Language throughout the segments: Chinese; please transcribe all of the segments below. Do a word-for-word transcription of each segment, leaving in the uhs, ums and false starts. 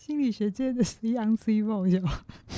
心理学界的 Young C 梦游。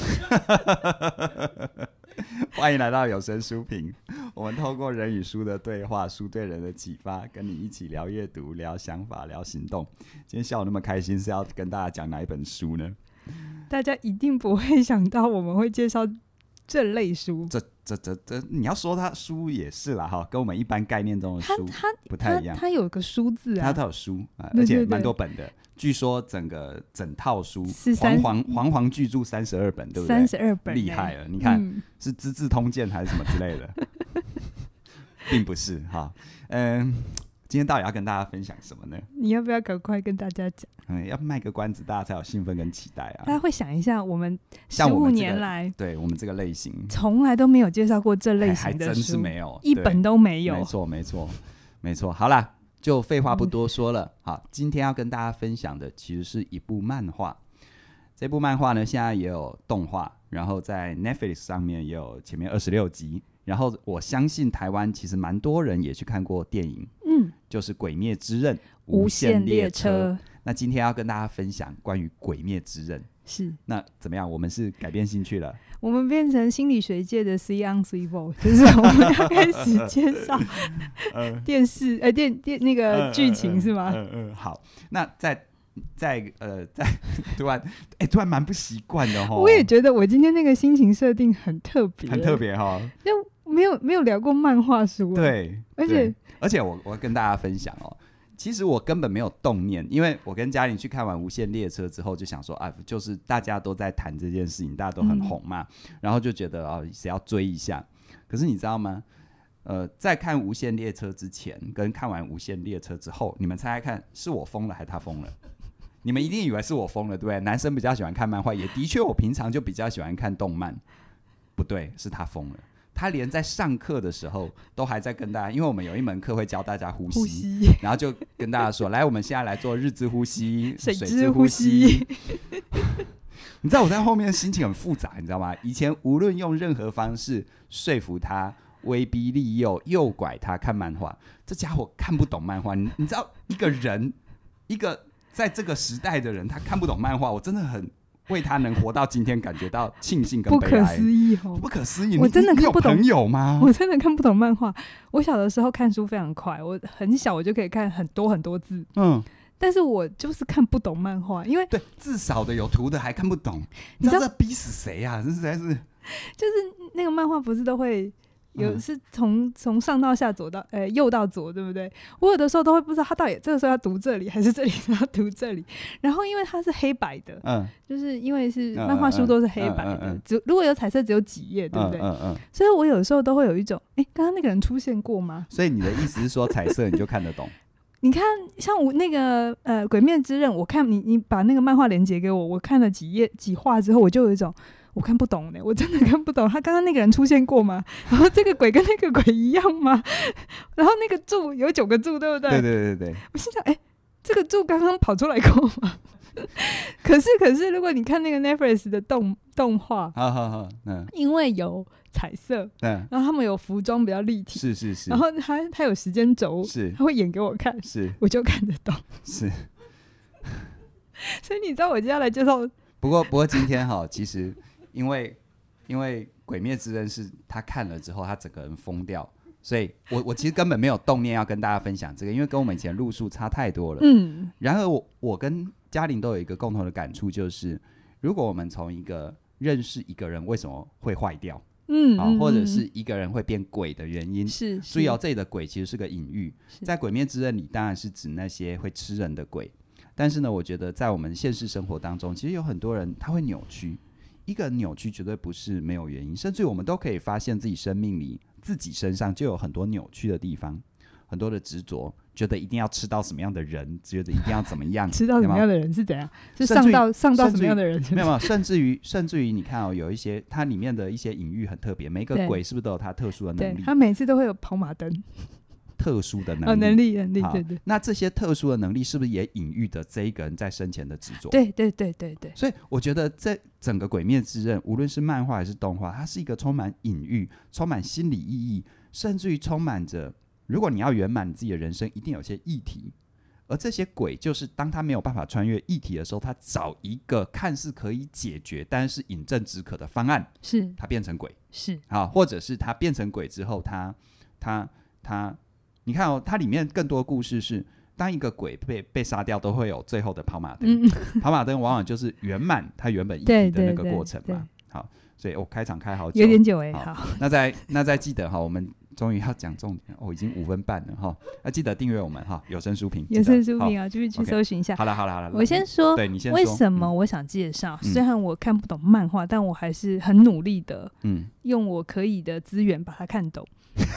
欢迎来到有声书评，我们透过人与书的对话，书对人的启发，跟你一起聊阅读、聊想法、聊行动。今天下午那么开心，是要跟大家讲哪一本书呢？ 大家一定不会想到我们会介绍这类书， 这这这这，你要说它书也是啦哈，跟我们一般概念中的书不太一样。 它, 它, 它有个书字啊， 它它有书、啊、 对对对， 而且蛮多本的。据说整个整套书是煌煌煌煌巨著三十二本，对不对？ 三十二本， 厉害了！你看、 嗯、是 《资治通鉴》还是什么之类的，并不是哈。嗯，今天到底要跟大家分享什么呢？ 你要不要赶快跟大家讲？ 嗯，要卖个关子，大家才有兴奋跟期待啊！ 大家会想一下，我们十五年来， 对我们这个类型， 从来都没有介绍过这类型的书， 还真是没有， 一本都没有。 没错，没错，没错。好啦，就废话不多说了。好，今天要跟大家分享的其实是一部漫画。这部漫画呢，现在也有动画，然后在 Netflix 上面也有前面二十六集。然后我相信台湾其实蛮多人也去看过电影，嗯，就是《鬼灭之刃》 无限列车。 那今天要跟大家分享关于《鬼灭之刃》， 是那怎么样？我们是改变兴趣了， 我们变成心理学界的 C on C V O， 就是我们要开始介绍电视呃电电那个剧情是吗？ 嗯嗯嗯。好，那在在呃在突然哎、欸、突然蛮不习惯的哈。 我也觉得我今天那个心情设定很特别， 很特别哈， 就没有没有聊过漫画书。 对， 而且而且我我跟大家分享哦。其实我根本没有动念，因为我跟嘉玲去看完《无限列车》之后，就想说啊，就是大家都在谈这件事情，大家都很红嘛，嗯、然后就觉得啊，谁要追一下。可是你知道吗？呃，在看《无限列车》之前，跟看完《无限列车》之后，你们猜猜看，是我疯了还是他疯了？你们一定以为是我疯了，对不对？男生比较喜欢看漫画，也的确，我平常就比较喜欢看动漫。不对，是他疯了。他连在上课的时候都还在跟大家，因为我们有一门课会教大家呼吸， 呼吸然后就跟大家说来我们现在来做日之呼吸、 水之呼吸你知道我在后面心情很复杂，你知道吗？以前无论用任何方式说服他、威逼利诱、诱拐他看漫画，这家伙看不懂漫画。 你, 你知道一个人一个在这个时代的人，他看不懂漫画，我真的很为他能活到今天感觉到庆幸跟悲哀。 不可思议哦， 不可思议！ 我真的看不懂。 你有朋友吗？ 我真的看不懂漫画。我小的时候看书非常快，我很小我就可以看很多很多字，嗯，但是我就是看不懂漫画，因为对字少的有图的还看不懂，你知道这逼死谁啊？这实在是， 就是那个漫画不是都会有是从从上到下左到呃右到左，对不对？我有的时候都会不知道他到底这个时候要读这里还是这里要读这里。然后因为它是黑白的，嗯，就是因为是漫画书都是黑白的，嗯嗯嗯、只如果有彩色只有几页，对不对？嗯嗯嗯、所以我有的时候都会有一种，哎，刚刚那个人出现过吗？ 所以你的意思是说彩色你就看得懂？ 你看，像我那个呃《鬼灭之刃》，我看你你把那个漫画连结给我，我看了几页几话之后，我就有一种。我看不懂呢，我真的看不懂。他刚刚那个人出现过吗？然后这个鬼跟那个鬼一样吗？然后那个柱有九个柱，对不对？ 对对对对。 我心想，哎、欸，这个柱刚刚跑出来过吗？可是可是，如果你看那个 Netflix 的动动画， 好好好，嗯， 因为有彩色，嗯，然后他们有服装比较立体， 是是是， 然后他他有时间轴， 是， 他会演给我看， 是， 我就看得懂， 是。 所以你知道我接下来介绍， 不过不过今天哈，其实。因为因为《鬼灭之刃》是他看了之后他整个人疯掉，所以我我其实根本没有动念要跟大家分享这个，因为跟我们以前路数差太多了。嗯，然而我我跟嘉玲都有一个共同的感触，就是如果我们从一个认识一个人为什么会坏掉，嗯、啊，或者是一个人会变鬼的原因， 是注意哦，这里的鬼其实是个隐喻，在《鬼灭之刃》里当然是指那些会吃人的鬼，但是呢，我觉得在我们现实生活当中，其实有很多人他会扭曲。一个人扭曲绝对不是没有原因，甚至我们都可以发现自己生命里自己身上就有很多扭曲的地方，很多的执着，觉得一定要吃到什么样的人，觉得一定要怎么样吃到什么样的人是怎样？是上到上到什么样的人？ 没有没有，甚至于甚至于你看哦，有一些它里面的一些隐喻很特别，每个鬼是不是都有它特殊的能力？ 他每次都会有跑马灯。 特殊的能力， 哦、能力能力，对对。 那这些特殊的能力是不是也隐喻着这一个人在生前的执着？ 对对对对对。 所以我觉得这整个《鬼灭之刃》，无论是漫画还是动画，它是一个充满隐喻、充满心理意义，甚至于充满着，如果你要圆满你自己的人生，一定有些议题。 而这些鬼就是当他没有办法穿越异体的时候，他找一个看似可以解决但是饮鸩止渴的方案， 是他变成鬼， 是啊，或者是他变成鬼之后，他他他，你看哦，它里面更多的故事是，当一个鬼被被杀掉，都会有最后的跑马灯，嗯、跑马灯往往就是圆满他原本异体的那个过程嘛。好，所以我、哦、开场开好久， 有点久哎、欸。 好， 好那再那再记得哈，我们终于要讲重点哦，已经五分半了哈，要记得订阅我们哈，有声书评， 有声书评啊，就是去搜寻一下。 好了好了好了， 我先说， 对你先说， 为什么我想介绍？嗯、虽然我看不懂漫画，但我还是很努力的，嗯，用我可以的资源把它看懂。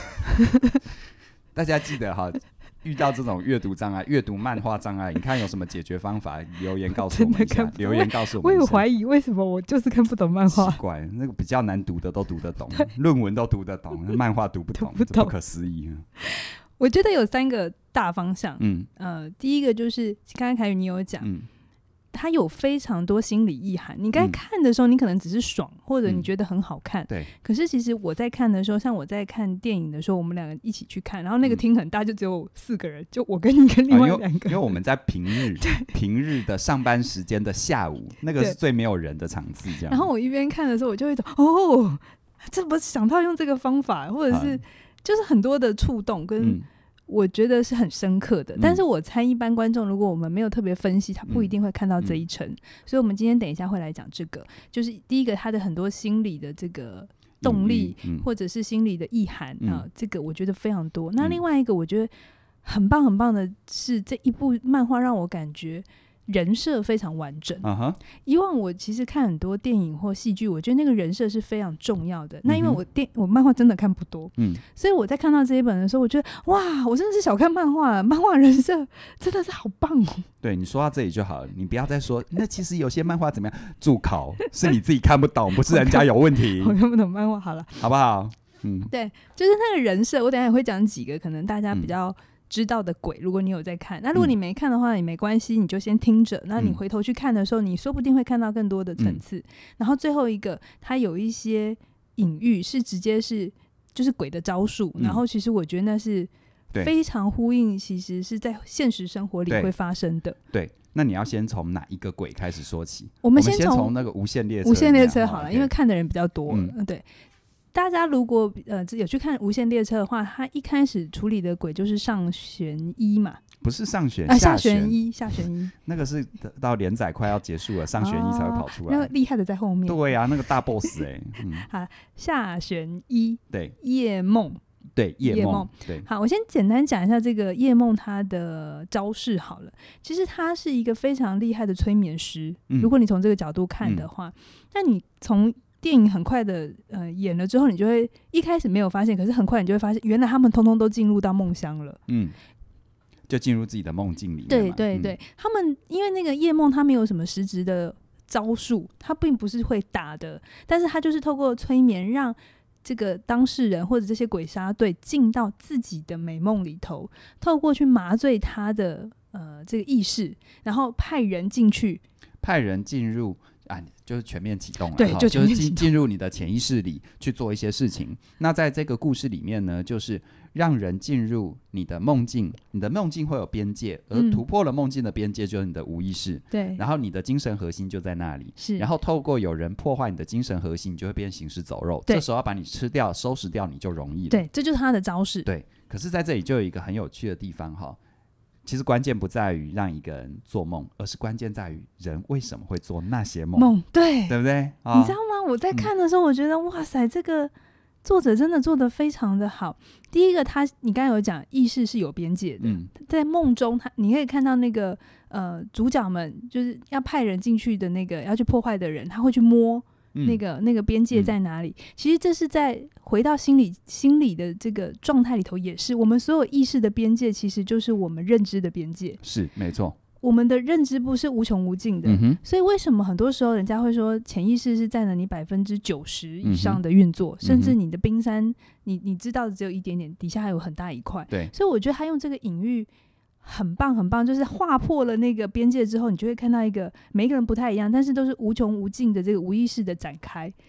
大家记得哈，遇到这种阅读障碍、阅读漫画障碍，你看有什么解决方法？留言告诉我们一下。留言告诉我们一下。 我有怀疑为什么我就是看不懂漫画。 奇怪，那个比较难读的都读得懂，论文都读得懂，漫画读不懂，读不懂，不可思议。 我觉得有三个大方向。嗯，呃，第一个就是刚才凯宇你有讲。嗯，它有非常多心理意涵，你该看的时候你可能只是爽、嗯、或者你觉得很好看、嗯、对。可是其实我在看的时候，像我在看电影的时候，我们两个一起去看，然后那个厅很大，就只有四个人，就我跟你跟另外两个、啊、因, 因为我们在平日平日的上班时间的下午，那个是最没有人的场次这样。 然后我一边看的时候，我就会说哦，这不是想到用这个方法，或者是就是很多的触动跟、嗯我觉得是很深刻的、嗯、但是我猜一般观众如果我们没有特别分析，他不一定会看到这一层、嗯、所以我们今天等一下会来讲这个，就是第一个他的很多心理的这个动力、嗯、或者是心理的意涵、嗯、啊，这个我觉得非常多、嗯、那另外一个我觉得很棒很棒的是这一部漫画让我感觉人设非常完整、uh-huh. 以往我其实看很多电影或戏剧，我觉得那个人设是非常重要的、嗯、那因为我电我漫画真的看不多、嗯、所以我在看到这一本的时候，我觉得哇，我真的是小看漫画了，漫画人设真的是好棒哦。 对，你说到这里就好了，你不要再说那其实有些漫画怎么样，住口，是你自己看不懂，不是人家有问题。 我看不懂漫画好了， 好不好？嗯， 对，就是那个人设，我等一下也会讲几个可能大家比较、嗯知道的鬼，如果你有在看，那如果你没看的话也没关系，你就先听着，那你回头去看的时候、嗯、你说不定会看到更多的层次、嗯、然后最后一个它有一些隐喻是直接是就是鬼的招数、嗯、然后其实我觉得那是非常呼应其实是在现实生活里会发生的。 对, 对，那你要先从哪一个鬼开始说起？ 我们先从那个无限列车无限列车好了、 哦、 因为看的人比较多、嗯、对。大家如果呃有去看无限列车的话，他一开始处理的鬼就是上弦一嘛， 不是上弦、 啊、 下弦一下弦一那个是到连载快要结束了，上弦一才会跑出来、哦、 那个厉害的在后面。 对啊，那个大 boss 哎、欸嗯， 好，下弦一对夜梦， 对夜梦，对。 好，我先简单讲一下这个夜梦它的招式好了。其实他是一个非常厉害的催眠师、嗯、如果你从这个角度看的话、嗯、那你从电影很快的呃演了之后，你就会一开始没有发现，可是很快你就会发现原来他们通通都进入到梦乡了，嗯， 就进入自己的梦境里面嘛。 对对对、嗯、他们因为那个夜梦他没有什么实质的招数，他并不是会打的，但是他就是透过催眠让这个当事人或者这些鬼杀队进到自己的美梦里头，透过去麻醉他的呃这个意识，然后派人进去派人进入啊，就是全面启动了， 对，就全面启动， 就是进入你的潜意识里去做一些事情。那在这个故事里面呢，就是让人进入你的梦境，你的梦境会有边界，而突破了梦境的边界就是你的无意识，对、嗯，然后你的精神核心就在那里，是，然后透过有人破坏你的精神核心，你就会变行尸走肉，这时候要把你吃掉、收拾掉，你就容易了。 对，这就是他的招式。 对，可是在这里就有一个很有趣的地方哈。其实关键不在于让一个人做梦，而是关键在于人为什么会做那些梦。梦， 对， 对不对？ 哦、你知道吗？我在看的时候，我觉得、嗯、哇塞，这个作者真的做得非常的好。第一个，他你刚才有讲意识是有边界的，嗯、在梦中他你可以看到那个呃主角们就是要派人进去的那个要去破坏的人，他会去摸。嗯、那个那个边界在哪里、嗯、其实这是在回到心理心理的这个状态里头，也是我们所有意识的边界其实就是我们认知的边界， 是没错， 我们的认知不是无穷无尽的、嗯、所以为什么很多时候人家会说潜意识是占了你百分之九十以上的运作、嗯、甚至你的冰山你你知道的只有一点点，底下还有很大一块，对，所以我觉得他用这个隐喻很棒很棒，就是划破了那个边界之后，你就会看到一个每一个人不太一样，但是都是无穷无尽的这个无意识的展开。 对，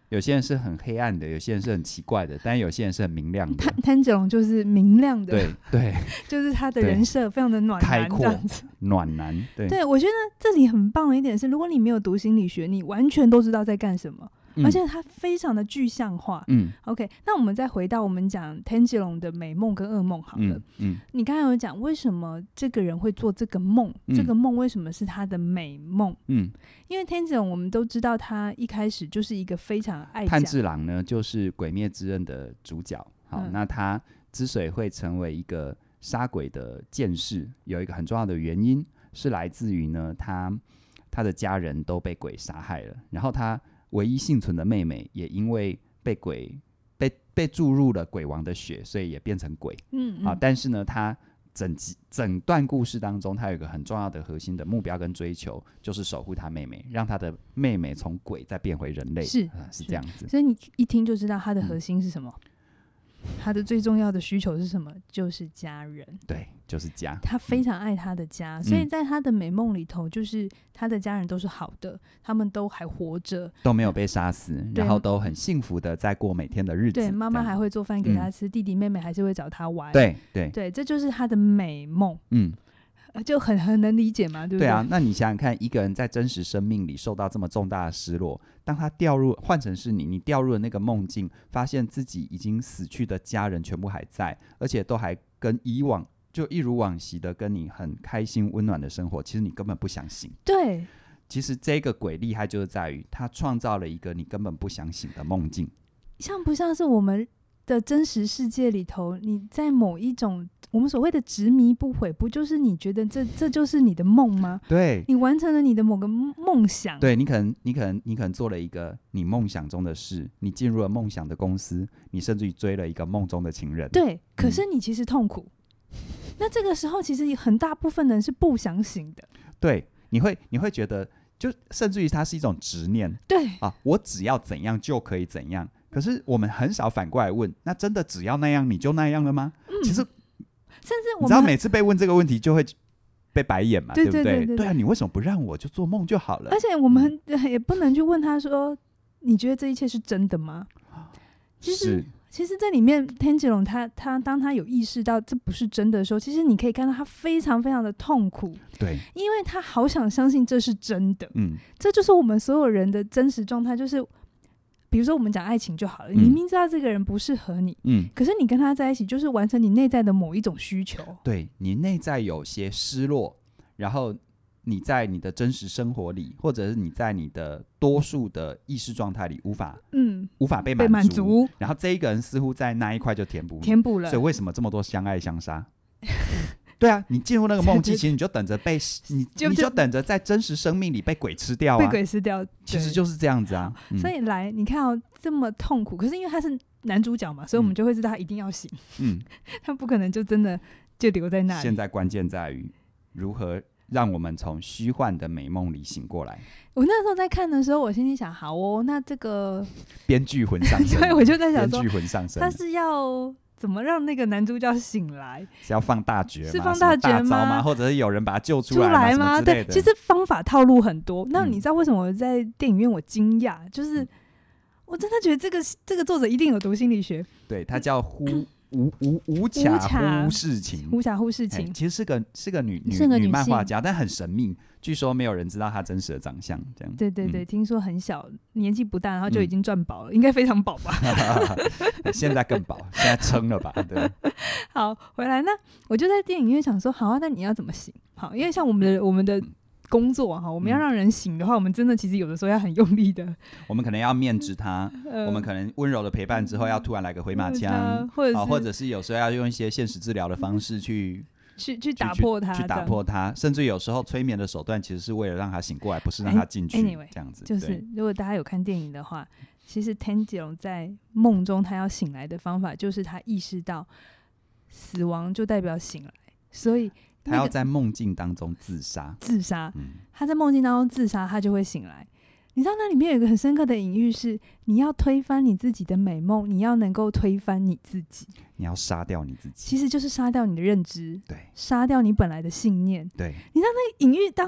有些人是很黑暗的，有些人是很奇怪的，但有些人是很明亮的。 炭治郎就是明亮的， 对对， 就是他的人设非常的暖男， 开阔这样子。 暖男，对对，我觉得这里很棒的一点是，如果你没有读心理学，你完全都知道在干什么。嗯、而且它非常的具象化。嗯 ，OK， 那我们再回到我们讲 Tanjiro 的美梦跟噩梦好了。嗯，嗯你刚刚有讲为什么这个人会做这个梦、嗯，这个梦为什么是他的美梦？嗯，因为 Tanjiro 我们都知道他一开始就是一个非常爱讲。 炭治郎呢，就是《鬼灭之刃》的主角。好、嗯，那他之所以会成为一个杀鬼的剑士，有一个很重要的原因是来自于呢，他他的家人都被鬼杀害了，然后他唯一幸存的妹妹也因为被鬼被被注入了鬼王的血，所以也变成鬼。嗯, 嗯、啊、但是呢，他整集整段故事当中，他有一个很重要的核心的目标跟追求，就是守护他妹妹，让他的妹妹从鬼再变回人类。是、呃、是这样子。 所以你一听就知道他的核心是什么。嗯，他的最重要的需求是什么？就是家人。 对，就是家。 他非常爱他的家、嗯、所以在他的美梦里头，就是他的家人都是好的，他们都还活着， 都没有被杀死，然后都很幸福的在过每天的日子。 对，妈妈还会做饭给他吃、嗯、弟弟妹妹还是会找他玩。 对对对，这就是他的美梦。嗯，就很很能理解嘛，对不对？ 对啊，那你想想看，一个人在真实生命里受到这么重大的失落，当他掉入换成是你，你掉入了那个梦境，发现自己已经死去的家人全部还在，而且都还跟以往就一如往昔的跟你很开心温暖的生活，其实你根本不相信。 对， 其实这个鬼厉害就是在于他创造了一个你根本不相信的梦境， 像不像是我们的真实世界里头，你在某一种我们所谓的执迷不悔，不就是你觉得这这就是你的梦吗？ 对， 你完成了你的某个梦想。 对，你可能你可能你可能做了一个你梦想中的事，你进入了梦想的公司，你甚至于追了一个梦中的情人。 对，可是你其实痛苦、嗯、那这个时候其实很大部分人是不想醒的。 对，你会你会觉得就甚至于它是一种执念。 对啊，我只要怎样就可以怎样。可是我们很少反过来问，那真的只要那样你就那样了吗？嗯、其实甚至我们你知道每次被问这个问题就会被白眼嘛， 对对对不对？ 对, 对, 对啊，你为什么不让我就做梦就好了？ 而且我们也不能去问他说你觉得这一切是真的吗？其实是其实这里面 Tanjiro 他他当他有意识到这不是真的时候，其实你可以看到他非常非常的痛苦。 对， 因为他好想相信这是真的。 嗯， 这就是我们所有人的真实状态，就是比如说我们讲爱情就好了、嗯、你明明知道这个人不适合你、嗯、可是你跟他在一起就是完成你内在的某一种需求。 对，你内在有些失落，然后你在你的真实生活里，或者是你在你的多数的意识状态里无法嗯无法被满 足, 被满足，然后这一个人似乎在那一块就填补填补了， 所以为什么这么多相爱相杀？对啊，你进入那个梦境，其实你就等着被你就你就等着在真实生命里被鬼吃掉啊， 被鬼吃掉， 其实就是这样子啊。 嗯、所以来你看哦，这么痛苦，可是因为他是男主角嘛，所以我们就会知道他一定要醒。嗯，他不可能就真的就留在那里。 现在关键在于如何让我们从虚幻的美梦里醒过来。 我那时候在看的时候，我心里想，好哦，那这个编剧魂上身， 对，我就在想说， 编剧魂上身， 他是要怎么让那个男主角醒来？ 是要放大绝吗？ 是放大绝吗？ 大招吗？或者是有人把他救出来 吗, 出来吗？ 对， 其实方法套路很多。那你知道为什么我在电影院我惊讶？嗯、就是我真的觉得这个这个作者一定有读心理学。 对，他叫呼无无无卡忽视情， 无卡忽视情， 其实是个是个女女是个女女漫画家，但很神秘。据说没有人知道她真实的长相，这样。 对对对、嗯，听说很小，年纪不大，然后就已经赚饱了、嗯，应该非常饱吧？ 现在更饱，现在撑了吧？对。 好，回来，那我就在电影院想说，好啊，那你要怎么醒？好，因为像我们的我们的工作哈，我们要让人醒的话、嗯，我们真的其实有的时候要很用力的。 我们可能要面质他、呃，我们可能温柔的陪伴之后，要突然来个回马枪，或者、啊、或者是有时候要用一些现实治疗的方式去。 去去打破它， 去打破它，甚至有时候催眠的手段其实是为了让他醒过来，不是让他进去、 anyway, 这样子。 就是如果大家有看电影的话，其实 Tanjiro 在梦中他要醒来的方法，就是他意识到死亡就代表醒来，所以、那個、 他要在梦境当中自杀。 自杀、嗯，他在梦境当中自杀，他就会醒来。你知道那里面有一个很深刻的隐喻是，你要推翻你自己的美梦，你要能够推翻你自己， 你要杀掉你自己， 其实就是杀掉你的认知， 对， 杀掉你本来的信念。 对， 你知道那个隐喻，当他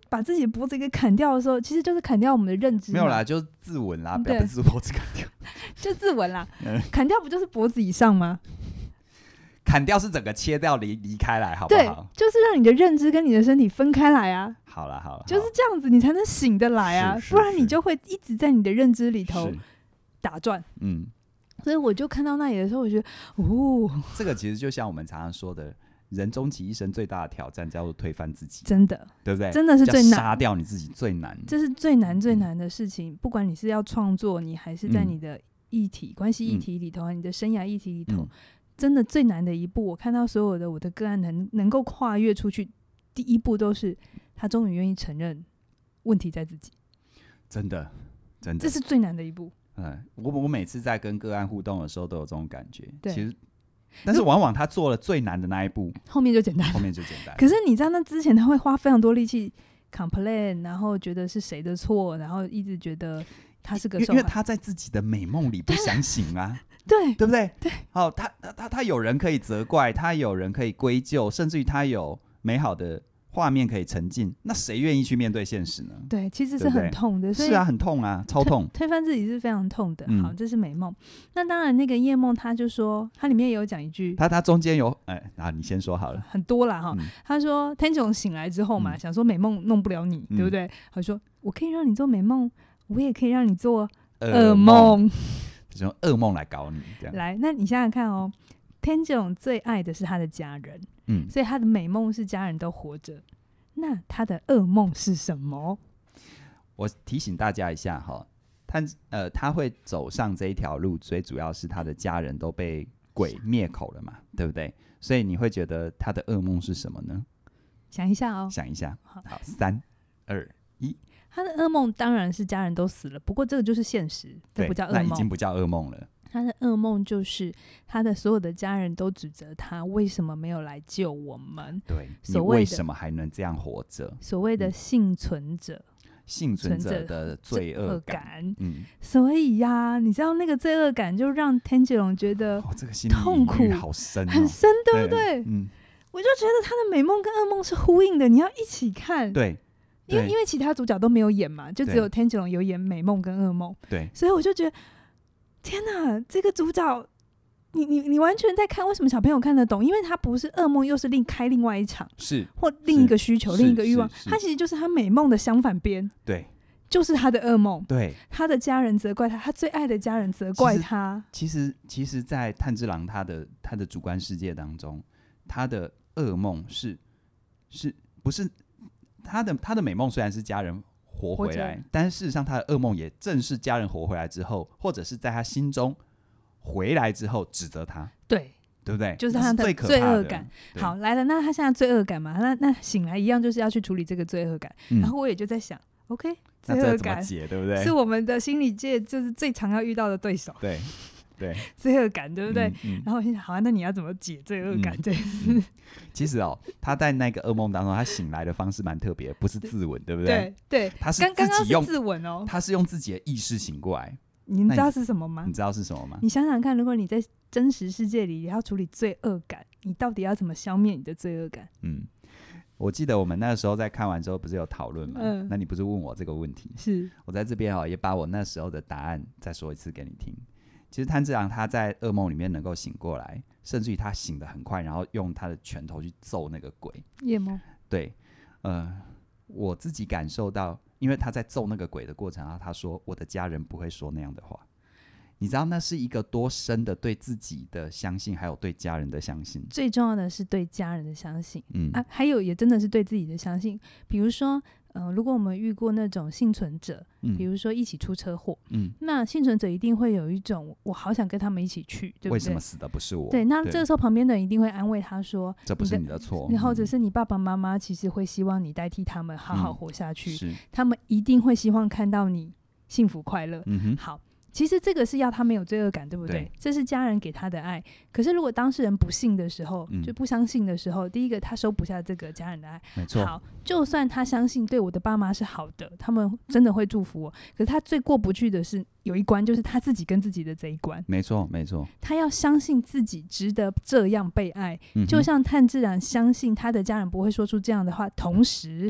把自己的脖子给砍掉的时候，其实就是砍掉我们的认知。 没有啦，就自刎啦，不要把自己脖子砍掉， 就自刎啦。砍掉不就是脖子以上吗？ 砍掉是整个切掉离离开来，好不好？ 对，就是让你的认知跟你的身体分开来啊。 好了好了， 就是这样子，你才能醒得来啊，不然你就会一直在你的认知里头打转。嗯，所以我就看到那里的时候，我觉得，哦， 这个其实就像我们常常说的，人终其一生最大的挑战叫做推翻自己， 真的， 对不对？ 真的是最难， 杀掉你自己最难， 这是最难最难的事情。不管你是要创作，你还是在你的议题、嗯、关系议题里头、嗯、你的生涯议题里头。嗯，真的最难的一步，我看到所有的我的个案能能够跨越出去，第一步都是他终于愿意承认问题在自己， 真的，真的， 这是最难的一步。 嗯，我我每次在跟个案互动的时候都有这种感觉， 对， 其实，但是往往他做了最难的那一步， 后面就简单， 后面就简单。 可是你在那之前，他会花非常多力气 complain， 然后觉得是谁的错，然后一直觉得他是个受害， 因为他在自己的美梦里不想醒啊。 对， 对不对？ 对， 好、哦，他他他他有人可以责怪，他有人可以归咎，甚至于他有美好的画面可以沉浸，那谁愿意去面对现实呢？ 对，其实是很痛的， 对对，是啊，很痛啊，超痛。 推翻自己是非常痛的。 嗯、 好，这是美梦。那当然，那个夜梦，他就说，他里面也有讲一句， 他他中间有，哎，啊，你先说好了， 很多啦哈、嗯。他说，天囧醒来之后嘛、嗯，想说美梦弄不了你，嗯、对不对？他说，我可以让你做美梦，我也可以让你做噩梦。 用噩梦来搞你，这样来，那你想想看哦，天囧最爱的是他的家人，嗯，所以他的美梦是家人都活着。那他的噩梦是什么？ 我提醒大家一下哈，他呃他会走上这一条路，最主要是他的家人都被鬼灭口了嘛，对不对？所以你会觉得他的噩梦是什么呢？ 想一下哦， 想一下，好，好，三二一。 他的噩梦当然是家人都死了，不过这个就是现实，这不叫噩梦， 那已经不叫噩梦了。 他的噩梦就是他的所有的家人都指责他为什么没有来救我们， 对，你为什么还能这样活着？ 所谓的幸存者、嗯、 幸存者的罪恶感， 嗯，所以呀、啊，你知道那个罪恶感就让天吉龙觉得哦，这个心理痛苦好深、哦， 很深，对不对？ 嗯， 我就觉得他的美梦跟噩梦是呼应的，你要一起看， 对。 因为因为其他主角都没有演嘛，就只有天吉龙有演美梦跟噩梦， 对， 所以我就觉得天哪，这个主角，你你你完全在看，为什么小朋友看得懂？因为他不是噩梦，又是另开另外一场， 是或另一个需求、另一个欲望，他其实就是他美梦的相反边， 对， 就是他的噩梦， 对， 他的家人责怪他，他最爱的家人责怪他。 其实其实，在炭治郎他的他的主观世界当中，他的噩梦是是不是？他的他的美梦虽然是家人活回来，但是事实上他的噩梦也正是家人活回来之后，或者是在他心中回来之后指责他， 对对不对？ 就是他的罪恶感。好，来了，那他现在罪恶感嘛，那那醒来一样就是要去处理这个罪恶感、嗯。然后我也就在想 ，OK， 罪恶感解对不对？ 是我们的心理界就是最常要遇到的对手。 对。对， 罪恶感对不对、嗯嗯、然后我心想好、啊、那你要怎么解罪恶感、嗯、这件事、嗯、 其实哦他在那个噩梦当中他醒来的方式蛮特别，不是自刎，对不对？ 对对， 他是自己用刚刚是自刎哦， 他是用自己的意识醒过来。 你知道是什么吗？ 你知道是什么吗？ 你想想看，如果你在真实世界里要处理罪恶感，你到底要怎么消灭你的罪恶感？ 嗯，我记得我们那时候在看完之后不是有讨论吗、嗯、那你不是问我这个问题， 是我在这边、哦、也把我那时候的答案再说一次给你听。其实炭治郎他在噩梦里面能够醒过来，甚至于他醒得很快，然后用他的拳头去揍那个鬼夜梦。 对，呃，我自己感受到，因为他在揍那个鬼的过程，然后他说我的家人不会说那样的话。你知道那是一个多深的对自己的相信，还有对家人的相信。 最重要的是对家人的相信，嗯啊，还有也真的是对自己的相信。比如说呃，如果我们遇过那种幸存者、嗯、比如说一起出车祸、嗯、那幸存者一定会有一种我好想跟他们一起去，对不对？ 为什么死的不是我？ 对，那这个时候旁边的人一定会安慰他说这不是你的错， 或者是你爸爸妈妈其实会希望你代替他们好好活下去、 嗯、 他们一定会希望看到你幸福快乐、嗯、哼，好，其实这个是要他没有罪恶感，对不 对, 对？这是家人给他的爱。可是如果当事人不信的时候、嗯、就不相信的时候，第一个他收不下这个家人的爱。 没错。 好，就算他相信对我的爸妈是好的，他们真的会祝福我，可是他最过不去的是有一关，就是他自己跟自己的这一关。 没错没错， 他要相信自己值得这样被爱、嗯、就像炭治郎相信他的家人不会说出这样的话，同时对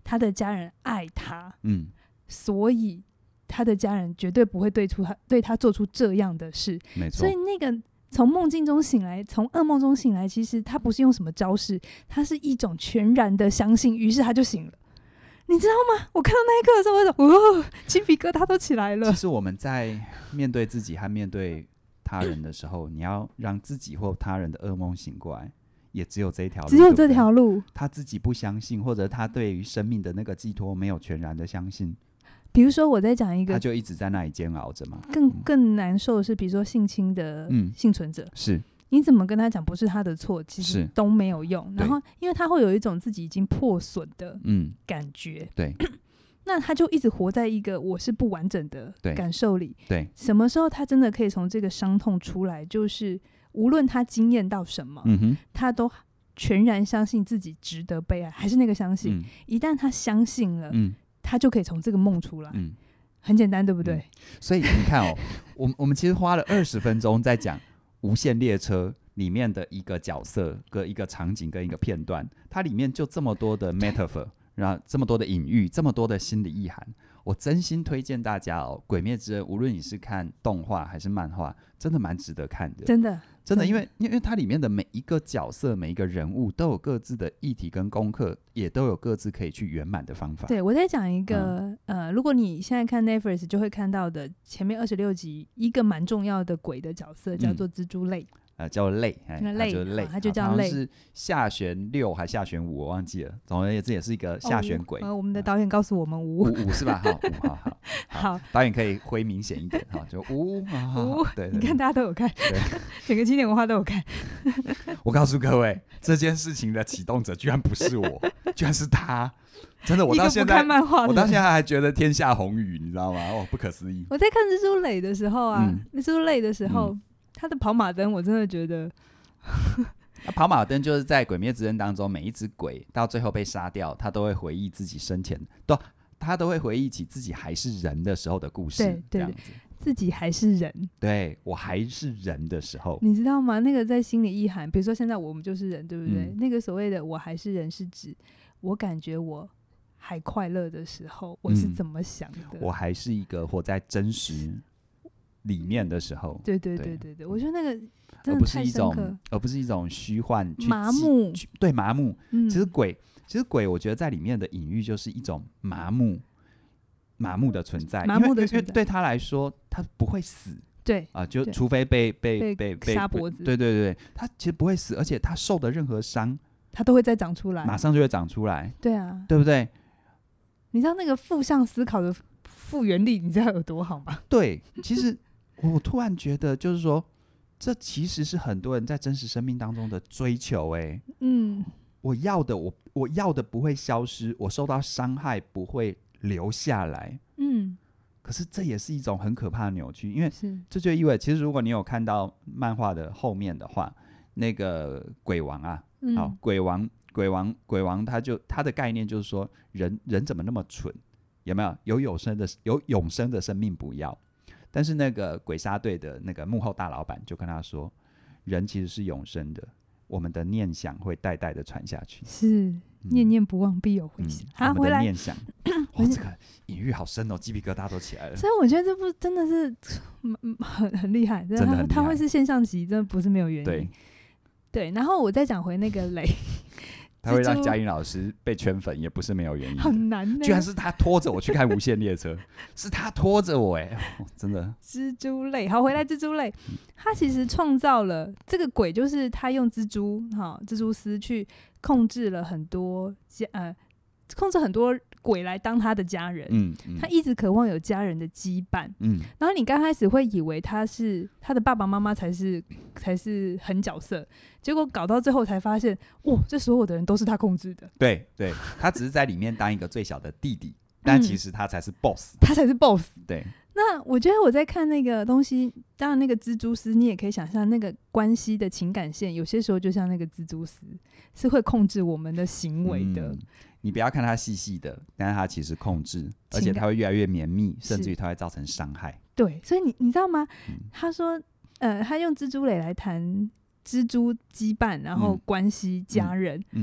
他的家人爱他， 嗯， 所以他的家人绝对不会对出他对他做出这样的事。 没错。 所以那个从梦境中醒来，从噩梦中醒来，其实他不是用什么招式，他是一种全然的相信，于是他就醒了。你知道吗？我看到那一刻的时候，我说：“哦，鸡皮疙瘩都起来了。” 其实我们在面对自己和面对他人的时候，你要让自己或他人的噩梦醒过来，也只有这一条路， 只有这条路。 他自己不相信，或者他对于生命的那个寄托没有全然的相信。 比如说，我在讲一个， 他就一直在那里煎熬着嘛。 更更难受的是，比如说性侵的幸存者， 嗯、是。 你怎么跟他讲不是他的错，其实都没有用。然后，因为他会有一种自己已经破损的感觉， 嗯、对， 那他就一直活在一个我是不完整的感受里。 对， 什么时候他真的可以从这个伤痛出来？就是无论他经验到什么， 嗯哼， 他都全然相信自己值得被爱，还是那个相信。嗯、一旦他相信了，嗯、他就可以从这个梦出来。嗯，很简单，对不对？嗯、 所以你看哦，我我们其实花了二十分钟在讲。无限列车里面的一个角色跟一个场景跟一个片段，它里面就这么多的 metaphor， 然后这么多的隐喻，这么多的心理意涵。我真心推荐大家哦，《鬼灭之刃》无论你是看动画还是漫画，真的蛮值得看的。 真的， 真的，因为因为它里面的每一个角色、每一个人物都有各自的议题跟功课，也都有各自可以去圆满的方法。 对，我在讲一个、嗯、呃，如果你现在看 Netflix 就会看到的前面二十六集，一个蛮重要的鬼的角色叫做蜘蛛类。嗯呃，叫类，哎， 它就是类， 它就叫类， 是下旋六还下旋五，我忘记了。总而言之，也是一个下旋鬼。 哦、呃，我们的导演告诉我们五五五是吧？好，五好好好， 导演可以挥明显一点，哈，就五五。对， 你看大家都有看，整个经典文化都有看。 我告诉各位，这件事情的启动者居然不是我，居然是他。真的，我到现在，我到现在还觉得天下红雨，你知道吗？哦，不可思议。 我在看蜘蛛类的时候啊，嗯、蜘蛛类的时候。嗯他的跑马灯，我真的觉得跑马灯就是在《鬼灭之刃》当中，每一只鬼到最后被杀掉，他都会回忆自己生前，都他都会回忆起自己还是人的时候的故事。 对对，这样子，自己还是人， 对我还是人的时候， 你知道吗？那个在心理意涵，比如说现在我们就是人，对不对？嗯、那个所谓的我还是人，是指我感觉我还快乐的时候，我是怎么想的？ 嗯、我还是一个活在真实里面的时候， 对对对对对，我觉得那个真的太深刻，而不是一种， 而不是一种虚幻、 麻木， 对麻木。嗯、其实鬼，其实鬼，我觉得在里面的隐喻就是一种麻木、麻木的存在。 麻木的存在， 因为, 因为对他来说，他不会死。 对啊、呃，就除非被被被被杀脖子。 对对对，他其实不会死，而且他受的任何伤， 他都会再长出来， 马上就会长出来。 对啊， 对不对？ 你知道那个负向思考的复原力，你知道有多好吗？ 对，其实。我突然觉得，就是说，这其实是很多人在真实生命当中的追求、欸。哎，嗯，我要的，我我要的不会消失，我受到伤害不会留下来。嗯，可是这也是一种很可怕的扭曲，因为这就意味，其实如果你有看到漫画的后面的话，那个鬼王啊，嗯、好，鬼王，鬼王，鬼王，他就他的概念就是说，人人怎么那么蠢？有没有有永生的有永生的生命不要？但是那个鬼杀队的那个幕后大老板就跟他说，人其实是永生的，我们的念想会代代的传下去， 是、嗯、念念不忘必有回响、 嗯、好，我们的念想哇，这个隐喻好深哦，鸡皮疙瘩都起来了。 所以我觉得这部真的是很很厉害，真的很厉害，他会是现象级，真的不是没有原因。对对，然后我再讲回那个雷他会让嘉颖老师被圈粉，也不是没有原因的， 很难呢、欸。 居然是他拖着我去看《无限列车》，是他拖着我哎、欸哦，真的。 蜘蛛类，好，回来蜘蛛类，他其实创造了这个鬼，就是他用蜘蛛哈蜘蛛丝去控制了很多呃，控制很多鬼来当他的家人。嗯嗯、他一直渴望有家人的羁绊。嗯，然后你刚开始会以为他是他的爸爸妈妈才是才是狠角色。结果搞到最后才发现，哇，这所有的人都是他控制的。 对对，他只是在里面当一个最小的弟弟，但其实他才是 boss，、嗯、 他才是 boss。 对。 那我觉得我在看那个东西，当然那个蜘蛛丝，你也可以想象那个关系的情感线，有些时候就像那个蜘蛛丝，是会控制我们的行为的。 嗯、你不要看它细细的，但是它其实控制，而且它会越来越绵密，甚至于它会造成伤害。 对，所以你你知道吗？嗯、他说，呃，他用蜘蛛蕾来谈。蜘蛛羁绊，然后关系、家人，嗯嗯嗯、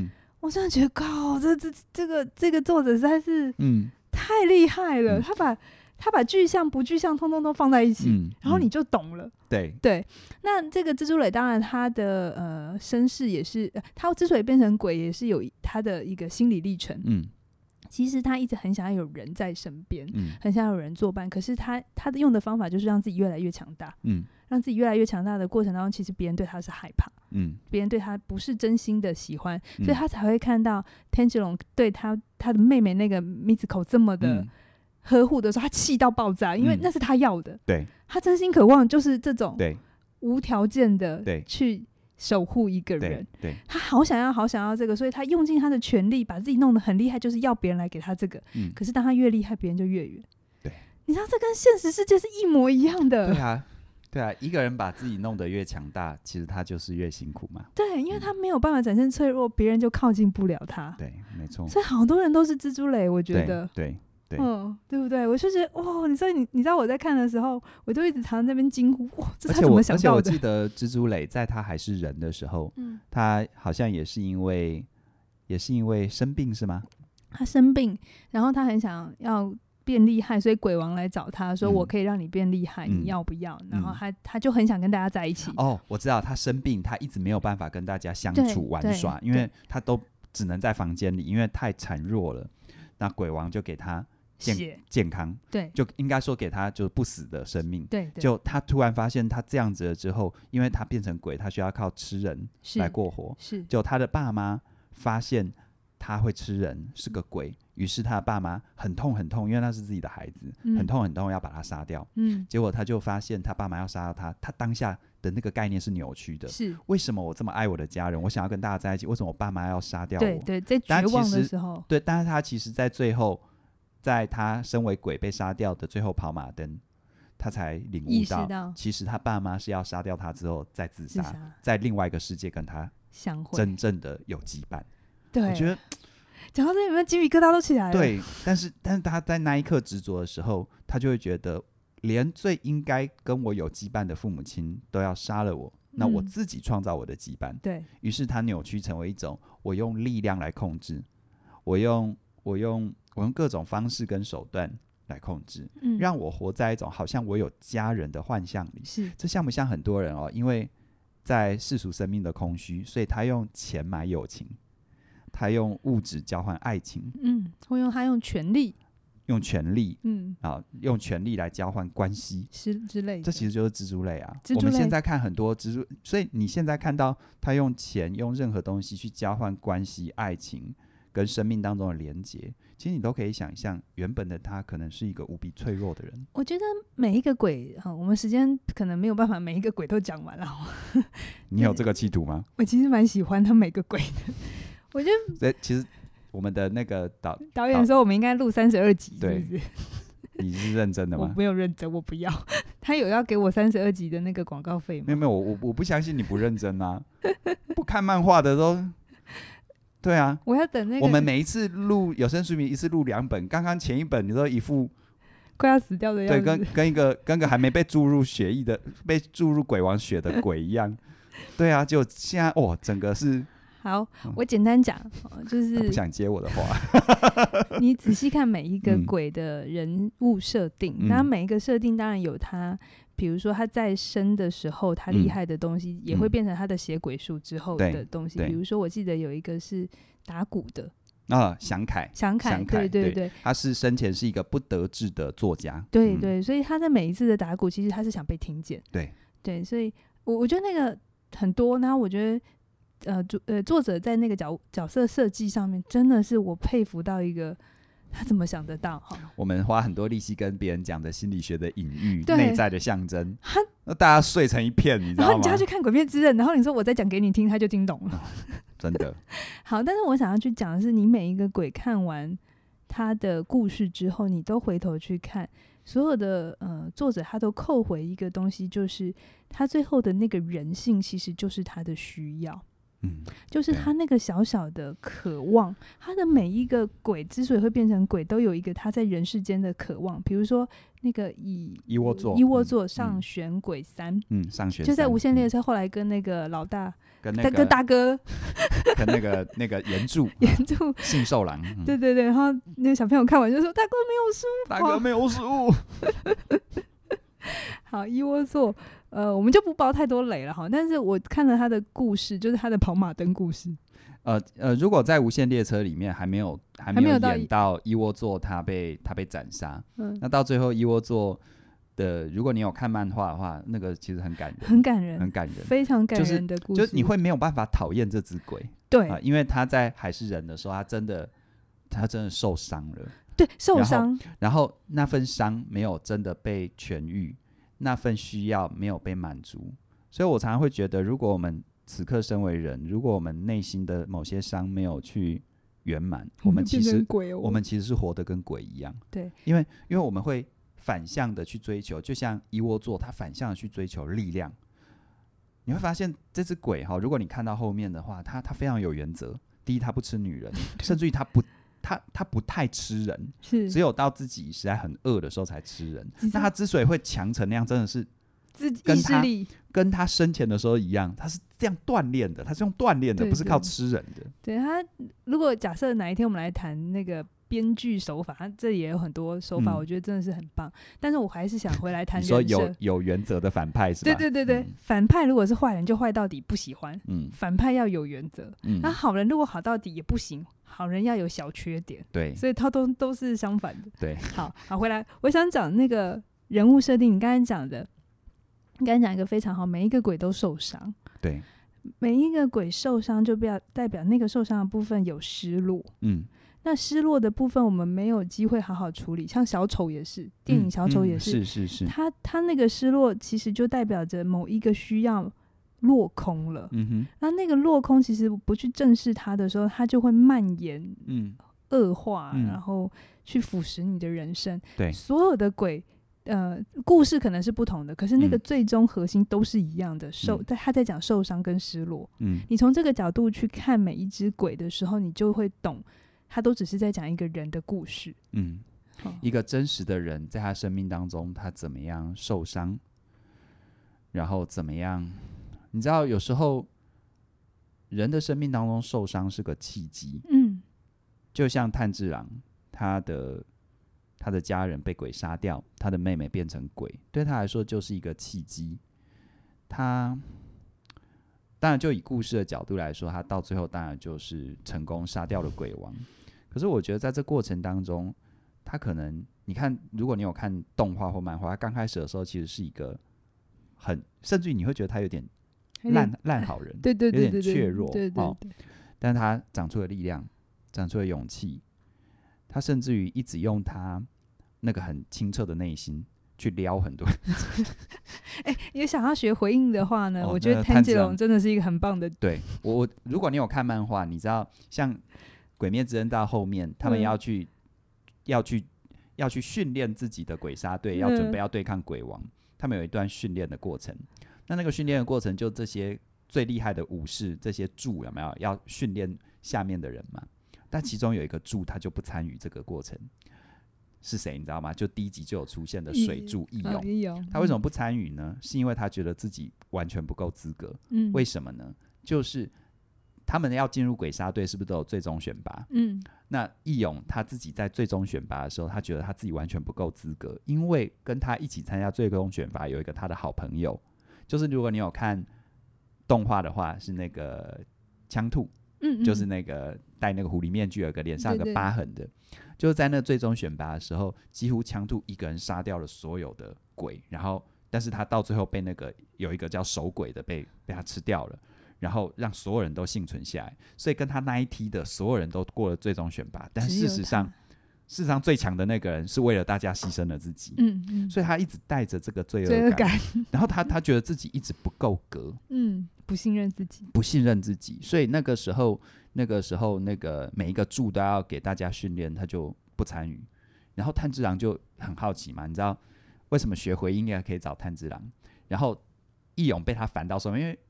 我真的觉得靠，这这这个这个作者实在是嗯太厉害了， 嗯他把他把具象不具象通通都放在一起， 嗯， 然后你就懂了。 对对，那这个蜘蛛蕾当然他的呃身世也是，呃他之所以变成鬼，也是有他的一个心理历程。 嗯其实他一直很想要有人在身边， 嗯很想要有人作伴，可是他他的用的方法就是让自己越来越强大， 嗯让自己越来越强大的过程当中，其实别人对他是害怕， 嗯别人对他不是真心的喜欢， 嗯所以他才会看到 Tanjiro 对他他的妹妹那个 Mitsuko 这么的嗯呵护的时候，他气到爆炸，因为嗯那是他要的， 对他真心渴望就是这种对无条件的对去守护一个人对，对， 他好想要好想要这个，所以他用尽他的全力把自己弄得很厉害，就是要别人来给他这个。 嗯， 可是当他越厉害，别人就越远。 对， 你知道这跟现实世界是一模一样的。 对啊，对啊，一个人把自己弄得越强大，其实他就是越辛苦嘛。 对，因为他没有办法展现脆弱，别人就靠近不了他。 对，没错。 所以好多人都是蜘蛛蕾，我觉得。 对对， 嗯，对不对？我就觉得，哇，你说你，你知道我在看的时候，我就一直常常在那边惊呼，哇，这他怎么想到的？ 而且我而且我记得蜘蛛蕾在他还是人的时候， 嗯， 他好像也是因为也是因为生病是吗？ 他生病，然后他很想要变厉害，所以鬼王来找他说：“ 嗯我可以让你变厉害， 嗯你要不要？”然后他他就很想跟大家在一起。 哦，我知道他生病，他一直没有办法跟大家相对处玩对耍，因为他都只能在房间里，因为太孱弱了。那鬼王就给他健血， 健康， 对就应该说给他就不死的生命。 对对， 就他突然发现他这样子了之后，因为他变成鬼，他需要靠吃人是来过活。 是就他的爸妈发现他会吃人，是个鬼，于是他的爸妈很痛很痛，因为那是自己的孩子， 嗯很痛很痛，要把他杀掉。 嗯结果他就发现他爸妈要杀掉他，他当下的那个概念是扭曲的。 是， 为什么我这么爱我的家人，我想要跟大家在一起，为什么我爸妈要杀掉我？ 对对，在但其绝望的实时候， 对，但是他其实在最后，在他身为鬼被杀掉的最后跑马灯，他才领意悟到， 识到其实他爸妈是要杀掉他之后再自杀， 自杀在另外一个世界跟他相会。 真正的有羁绊。 对， 我觉得讲到这里面，鸡皮疙瘩都起来了。 对，但是但是他在那一刻执着的时候，他就会觉得，连最应该跟我有羁绊的父母亲都要杀了我，那我嗯自己创造我的羁绊。 对于是他扭曲成为一种，我用力量来控制，我用我用我用各种方式跟手段来控制， 嗯， 让我活在一种好像我有家人的幻象里。 是这像不像很多人哦？因为在世俗生命的空虚，所以他用钱买友情，他用物质交换爱情， 嗯，会用他用权力， 用权力嗯， 啊，用权力来交换关系。 是之类的。 这其实就是蜘蛛类啊。 蜘蛛类我们现在看很多蜘蛛，所以你现在看到他用钱、用任何东西去交换关系、爱情跟生命当中的连结，其实你都可以想象，原本的他可能是一个无比脆弱的人。 我觉得每一个鬼，哈，我们时间可能没有办法每一个鬼都讲完了。 你有这个企图吗？ 我其实蛮喜欢他每个鬼的。我觉得所以其实我们的那个导导演说我们应该录三十二集，是对不是？ 你是认真的吗？ 我没有认真，我不要。他有要给我三十二集的那个广告费吗？ 没有没有，我我我不相信你不认真啊！不看漫画的都，对啊。 我要等那个我们每一次录有声书迷一次录两本，刚刚前一本你都一副快要死掉的样对， 子， 跟跟一个跟个还没被注入血液的被注入鬼王血的鬼一样。对啊，就现在哦，整个是好，我简单讲，哦就是不想接我的话。 你仔细看每一个嗯鬼的人物设定， 嗯那、每一个设定当然有他，比如说他在生的时候他厉害的东西，也会变成他的血鬼术之后对的东西。 对比如说我记得有一个是打鼓的啊，祥凯， 祥凯， 祥凯对对对对他是生前是一个不得志的作家。嗯对对，所以他在每一次的打鼓，其实他是想被听见。 对对，所以我我觉得那个很多，然后我觉得。呃，作呃，作者在那个角角色设计上面，真的是我佩服到一个，他怎么想得到哈？ 我们花很多力气跟别人讲的心理学的隐喻、 对内在的象征他， 那大家睡成一片，你知道吗然后你？叫他去看《鬼灭之刃》，然后你说我再讲给你听，他就听懂了。 真的， 好，但是我想要去讲的是，你每一个鬼看完他的故事之后，你都回头去看所有的呃作者，他都扣回一个东西，就是他最后的那个人性，其实就是他的需要。 嗯， 就是他那个小小的渴望，他的每一个鬼之所以会变成鬼，都有一个他在人世间的渴望。比如说那个以一窝座， 一窝座上弦鬼三， 嗯，上弦就在无限列车后来跟那个老大， 跟那个跟大哥， 跟那个那个岩柱， 岩柱信受郎，嗯、 对对对，然后那个小朋友看完就说：“大哥没有输， 大哥没有输。” 好，一窝座。呃，我们就不爆太多雷了哈，但是我看了他的故事，就是他的跑马灯故事。 呃呃，如果在无限列车里面还没有还没有演到一窝座他被他被斩杀，嗯，那到最后一窝座的，如果你有看漫画的话，那个其实很感人， 很感人， 很感人， 非常感人的故事， 就是、就是你会没有办法讨厌这只鬼， 对、 呃，因为他在海市人的时候，他真的他真的受伤了， 对，受伤， 然后那份伤没有真的被痊愈。那份需要没有被满足，所以我常常会觉得，如果我们此刻身为人，如果我们内心的某些伤没有去圆满，我们其实、 哦、 我们其实是活得跟鬼一样。 对， 因为因为我们会反向的去追求，就像一窝座，他反向的去追求力量。你会发现这只鬼哈，如果你看到后面的话，他他非常有原则。第一，他不吃女人，甚至于他不。他, 他不太吃人， 是只有到自己实在很饿的时候才吃人。那他之所以会强成那样，真的是自己意志力跟他生前的时候一样，他是这样锻炼的，他是用锻炼的，不是靠吃人的。 对，他，如果假设哪一天我们来谈那个编剧手法，他这也有很多手法、嗯，我觉得真的是很棒。但是我还是想回来谈人设。 你说有有原则的反派是吧？ 对对对对、嗯，反派如果是坏人就坏到底，不喜欢。嗯，反派要有原则。嗯，那好人如果好到底也不行。好人要有小缺点， 对， 所以他都都是相反的。 对， 好好回来，我想讲那个人物设定。你刚才讲的，你刚才讲一个非常好，每一个鬼都受伤， 对， 每一个鬼受伤就代表那个受伤的部分有失落。嗯，那失落的部分我们没有机会好好处理，像小丑也是，电影小丑也是， 嗯嗯、是是是， 他他那个失落其实就代表着某一个需要。落空了，嗯哼，那那个落空其实不去正视它的时候，它就会蔓延，嗯，恶化、嗯，然后去腐蚀你的人生。 对， 所有的鬼，呃，故事可能是不同的，可是那个最终核心都是一样的。嗯、受，在他在讲受伤跟失落，嗯，你从这个角度去看每一只鬼的时候，你就会懂，他都只是在讲一个人的故事， 嗯，哦、一个真实的人在他生命当中，他怎么样受伤，然后怎么样。你知道有时候人的生命当中受伤是个契机，嗯，就像炭治郎他的他的家人被鬼杀掉，他的妹妹变成鬼，对他来说就是一个契机。他当然就以故事的角度来说，他到最后当然就是成功杀掉了鬼王。可是我觉得在这过程当中，他可能你看，如果你有看动画或漫画，他刚开始的时候其实是一个很，甚至于你会觉得他有点烂烂好人， 对对对对对， 有点怯弱， 对对对， 哦，但是他长出了力量，长出了勇气，他甚至于一直用他那个很清澈的内心去撩很多人。 哎、欸，也想要学回应的话呢，哦、我觉得炭治郎真的是一个很棒的。 对我，如果你有看漫画，你知道像《鬼灭之刃》到后面，他们要去、嗯、要去要去训练自己的鬼杀队、嗯，要准备要对抗鬼王，他们有一段训练的过程。那那个训练的过程，就这些最厉害的武士，这些柱有没有要训练下面的人嘛？但其中有一个柱，他就不参与这个过程，是谁你知道吗？就第一集就有出现的水柱义勇、哦，他为什么不参与呢？是因为他觉得自己完全不够资格、嗯。为什么呢？就是他们要进入鬼杀队，是不是都有最终选拔？嗯，那义勇他自己在最终选拔的时候，他觉得他自己完全不够资格，因为跟他一起参加最终选拔有一个他的好朋友。就是如果你有看动画的话，是那个枪兔，嗯嗯，就是那个戴那个狐狸面具，有个脸上有个疤痕的，对对，就是在那最终选拔的时候，几乎枪兔一个人杀掉了所有的鬼，然后但是他到最后被那个有一个叫守鬼的被被他吃掉了，然后让所有人都幸存下来，所以跟他那一梯的所有人都过了最终选拔，但事实上事实上最强的那个人是为了大家牺牲了自己，嗯嗯，所以他一直带着这个罪恶 感, 感然后他他觉得自己一直不够格， 嗯，不信任自己， 不信任自己，所以那个时候那个时候那个每一个柱都要给大家训练，他就不参与。然后炭治郎就很好奇嘛，你知道为什么学回音乐可以找炭治郎？然后义勇被他烦到说，因为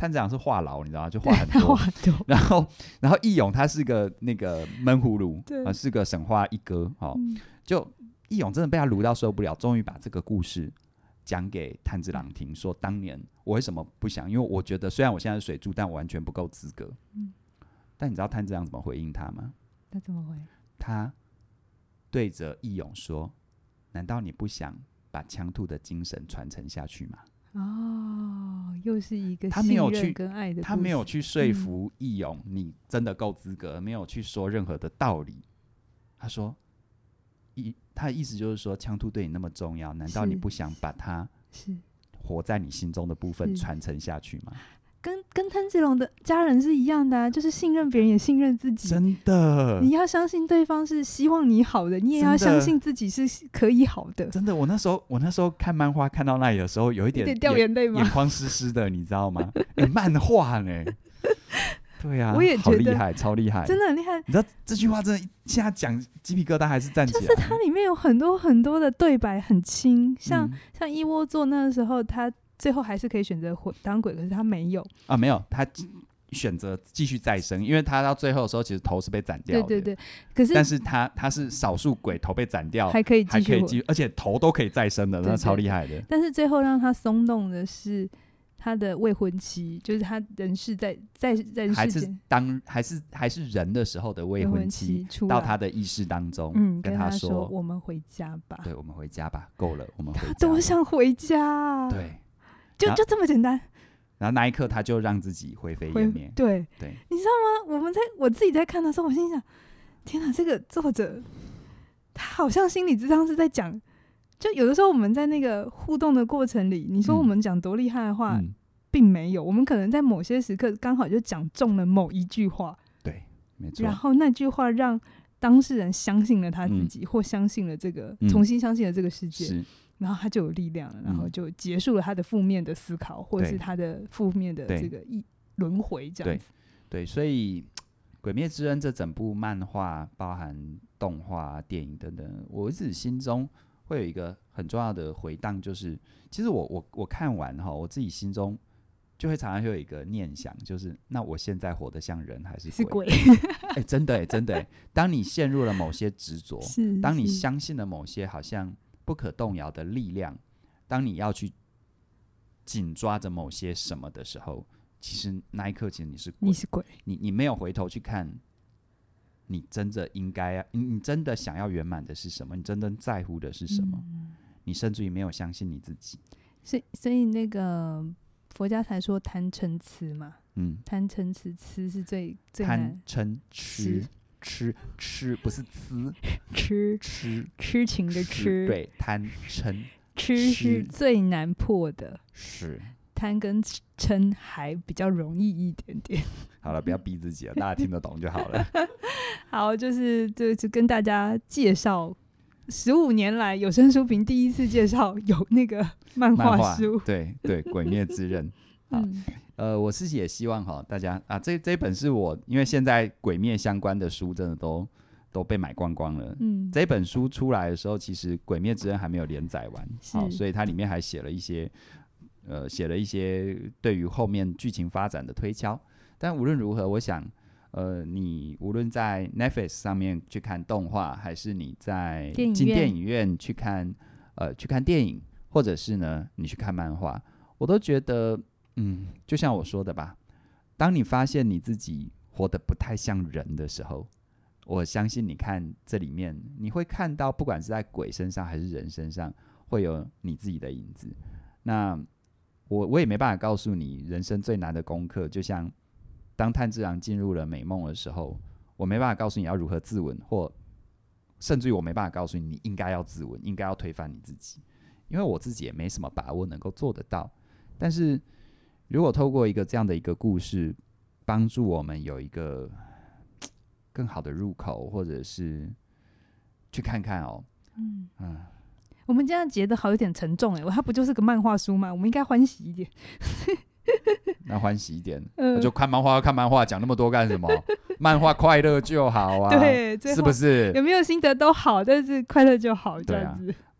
炭治郎是话痨，你知道吗？就话很多， 话多然后然后义勇他是个那个闷葫芦， 对、 呃，是个神话一哥，哦， 嗯、 就义勇真的被他撸到受不了，终于把这个故事讲给炭治郎听，说当年我为什么不想，因为我觉得虽然我现在是水柱，但我完全不够资格。嗯，但你知道炭治郎怎么回应他吗？ 他怎么回？ 他对着义勇说：“难道你不想把枪兔的精神传承下去吗？” 哦，又是一个他没有去跟爱的故事， 他没有去说服义勇、嗯、你真的够资格，没有去说任何的道理。他说，他的意思就是说，枪兔对你那么重要，难道你不想把它活在你心中的部分传承下去吗？ 跟跟炭治郎的家人是一样的啊，就是信任别人也信任自己。 真的， 你要相信对方是希望你好的，你也要相信自己是可以好的。 真的，我那时候我那时候看漫画看到那里的时候，有一点掉眼泪吗？ 眼眶湿湿的，你知道吗？欸、漫画呢？对啊， 我也觉得好厉害，超厉害， 真的很厉害。 你知道这句话真的，现在讲鸡皮疙瘩还是站起来。 就是它里面有很多很多的对白很轻，像、 嗯、 像一窝座那个时候他。最后还是可以选择当鬼，可是他没有啊，没有，他选择继续再生，因为他到最后的时候，其实头是被斩掉的。 对对对，可是但是他他是少数鬼头被斩掉， 还可以继续， 还可以继续，而且头都可以再生的，那超厉害的。 但是最后让他松动的是他的未婚妻，就是他人世在在在人世间还是当还是还是人的时候的未婚妻，到他的意识当中， 嗯， 跟他说：“ 我们回家吧。” 对，我们回家吧，够了，我们回家吧。 他多想回家、啊， 对。 就就这么简单， 然后那一刻他就让自己灰飞烟灭。 对对， 你知道吗？我们在我自己在看的时候，我心想：天哪，这个作者他好像心理咨商是在讲，就有的时候我们在那个互动的过程里，你说我们讲多厉害的话、嗯，并没有，我们可能在某些时刻刚好就讲中了某一句话， 对，没错。 然后那句话让当事人相信了他自己，嗯、或相信了这个、嗯，重新相信了这个世界。是，然后他就有力量了，然后就结束了他的负面的思考，嗯、或者是他的負面的这个轮回，这样子。 对，对，所以《鬼灭之刃》这整部漫画，包含动画、电影等等，我自己心中会有一个很重要的回荡，就是其实我我我看完哈，我自己心中就会常常会有一个念想，就是那我现在活得像人还是鬼？ 是鬼？ 哎、欸，真的哎、欸，真的哎、欸，当你陷入了某些执着，当你相信了某些好像不可动摇的力量，当你要去紧抓着某些什么的时候，其实那一刻其实你是鬼， 你是鬼， 你你没有回头去看，你真的应该，你你真的想要圆满的是什么？你真的在乎的是什么？嗯、你甚至于没有相信你自己。 所以，所以那个佛家才说贪嗔痴嘛，嗯，贪嗔痴，痴是最最难。 贪嗔痴。吃吃不是吃吃吃痴情的痴， 对，贪嗔痴是最难破的， 是贪跟嗔还比较容易一点点。 好了，不要逼自己了，大家听得懂就好了。 好，就是就是跟大家介绍十五年来有声书评第一次介绍有那个漫画书， 对对，《鬼灭之刃》好。嗯呃，我自己也希望哈，大家啊，这这一本是我，因为现在鬼灭相关的书真的都都被买光光了。嗯，这本书出来的时候，其实《鬼灭之刃》还没有连载完，好，所以它里面还写了一些，呃，写了一些对于后面剧情发展的推敲。但无论如何，我想，呃，你无论在 Netflix 上面去看动画，还是你在进电影院去看，呃，去看电影，或者是呢，你去看漫画，我都觉得。嗯，就像我说的吧，当你发现你自己活得不太像人的时候，我相信你看这里面，你会看到不管是在鬼身上还是人身上，会有你自己的影子。那我我也没办法告诉你人生最难的功课，就像当炭治郎进入了美梦的时候，我没办法告诉你要如何自刎，或甚至于我没办法告诉你你应该要自刎，应该要推翻你自己，因为我自己也没什么把握能够做得到。但是如果透过一个这样的一个故事，帮助我们有一个更好的入口，或者是去看看哦，嗯嗯， 我们这样结得好有点沉重哎，它不就是个漫画书吗？我们应该欢喜一点。 那欢喜一点，呃、我就看漫画，看漫画，讲那么多干什么？漫画快乐就好啊， 对， 是不是？ 有没有心得都好，但是快乐就好，这样子。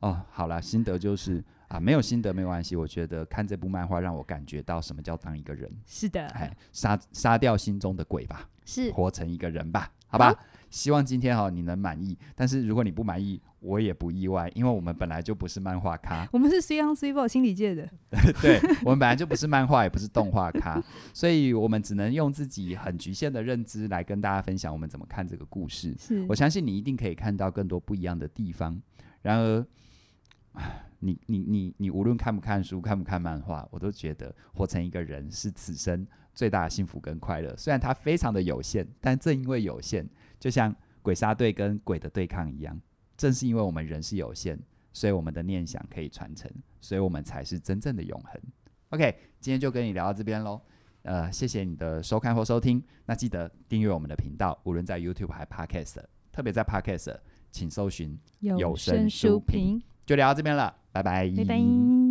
哦，好啦，心得就是啊，没有心得没关系。我觉得看这部漫画让我感觉到什么叫当一个人。 是的， 哎，杀杀掉心中的鬼吧， 是活成一个人吧，好吧。好，希望今天哈你能满意，但是如果你不满意，我也不意外，因为我们本来就不是漫画咖， 我们是 C on C 心理界的， 对，我们本来就不是漫画，也不是动画咖，所以我们只能用自己很局限的认知来跟大家分享我们怎么看这个故事。我相信你一定可以看到更多不一样的地方。然而，你你你你无论看不看书、看不看漫画，我都觉得活成一个人是此生最大的幸福跟快乐。虽然它非常的有限，但正因为有限，就像鬼杀队跟鬼的对抗一样，正是因为我们人是有限，所以我们的念想可以传承，所以我们才是真正的永恒。OK， 今天就跟你聊到这边咯。呃，谢谢你的收看或收听。那记得订阅我们的频道，无论在 YouTube 还 Podcast， 特别在 Podcast， 请搜寻有声书评。就聊到这边了，拜拜。 拜拜。